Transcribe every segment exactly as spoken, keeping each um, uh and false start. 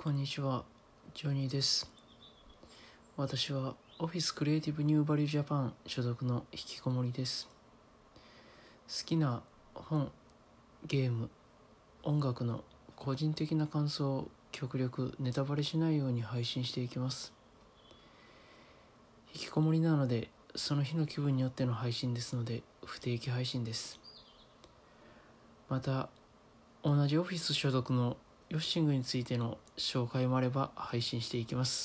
こんにちは、ジョニーです。私はオフィスクリエイティブニューバリュージャパン所属の引きこもりです。好きな本、ゲーム、音楽の個人的な感想を極力ネタバレしないように配信していきます。引きこもりなので、その日の気分によっての配信ですので、不定期配信です。また、同じオフィス所属のヨッシングについての紹介もあれば配信していきます。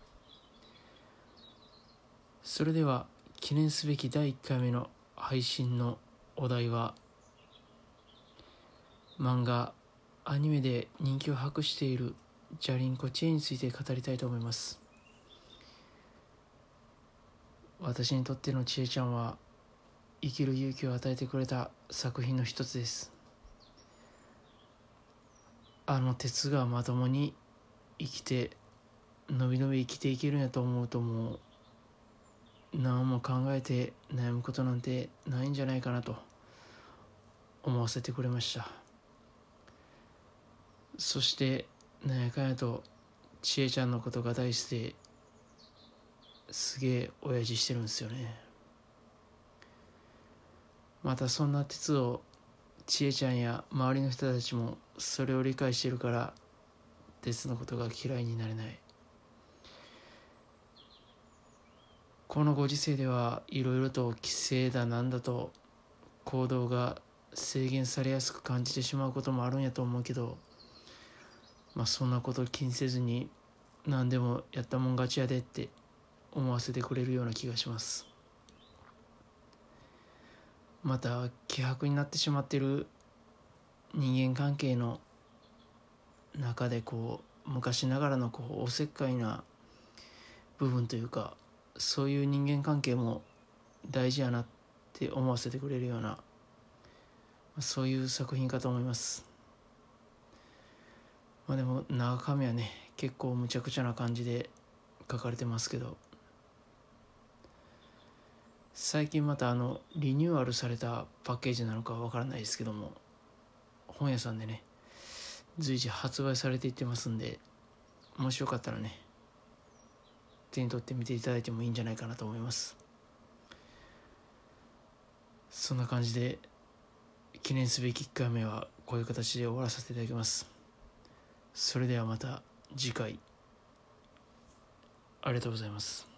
それでは記念すべきだいいっかいめの配信のお題は、漫画、アニメで人気を博しているジャリンコチェについて語りたいと思います。私にとってのちえちゃんは生きる勇気を与えてくれた作品の一つです。あの鉄がまともに生きてのびのび生きていけるんやと思うと、もう何も考えて悩むことなんてないんじゃないかなと思わせてくれました。そしてなんやかんやとちえちゃんのことが大好きですげえ親父してるんですよね。またそんな鉄をちえちゃんや周りの人たちもそれを理解してるから、鉄のことが嫌いになれない。このご時世ではいろいろと規制だなんだと行動が制限されやすく感じてしまうこともあるんやと思うけど、まあそんなこと気にせずに何でもやったもん勝ちやでって思わせてくれるような気がします。また希薄になってしまっている人間関係の中で、こう昔ながらのこうおせっかいな部分というか、そういう人間関係も大事やなって思わせてくれるような、そういう作品かと思います。まあでも中身はね、結構むちゃくちゃな感じで書かれてますけど、最近またあのリニューアルされたパッケージなのかわからないですけども、本屋さんでね随時発売されていってますんで、もしよかったらね手に取ってみていただいてもいいんじゃないかなと思います。そんな感じで記念すべきいっかいめはこういう形で終わらせていただきます。それではまた次回、ありがとうございます。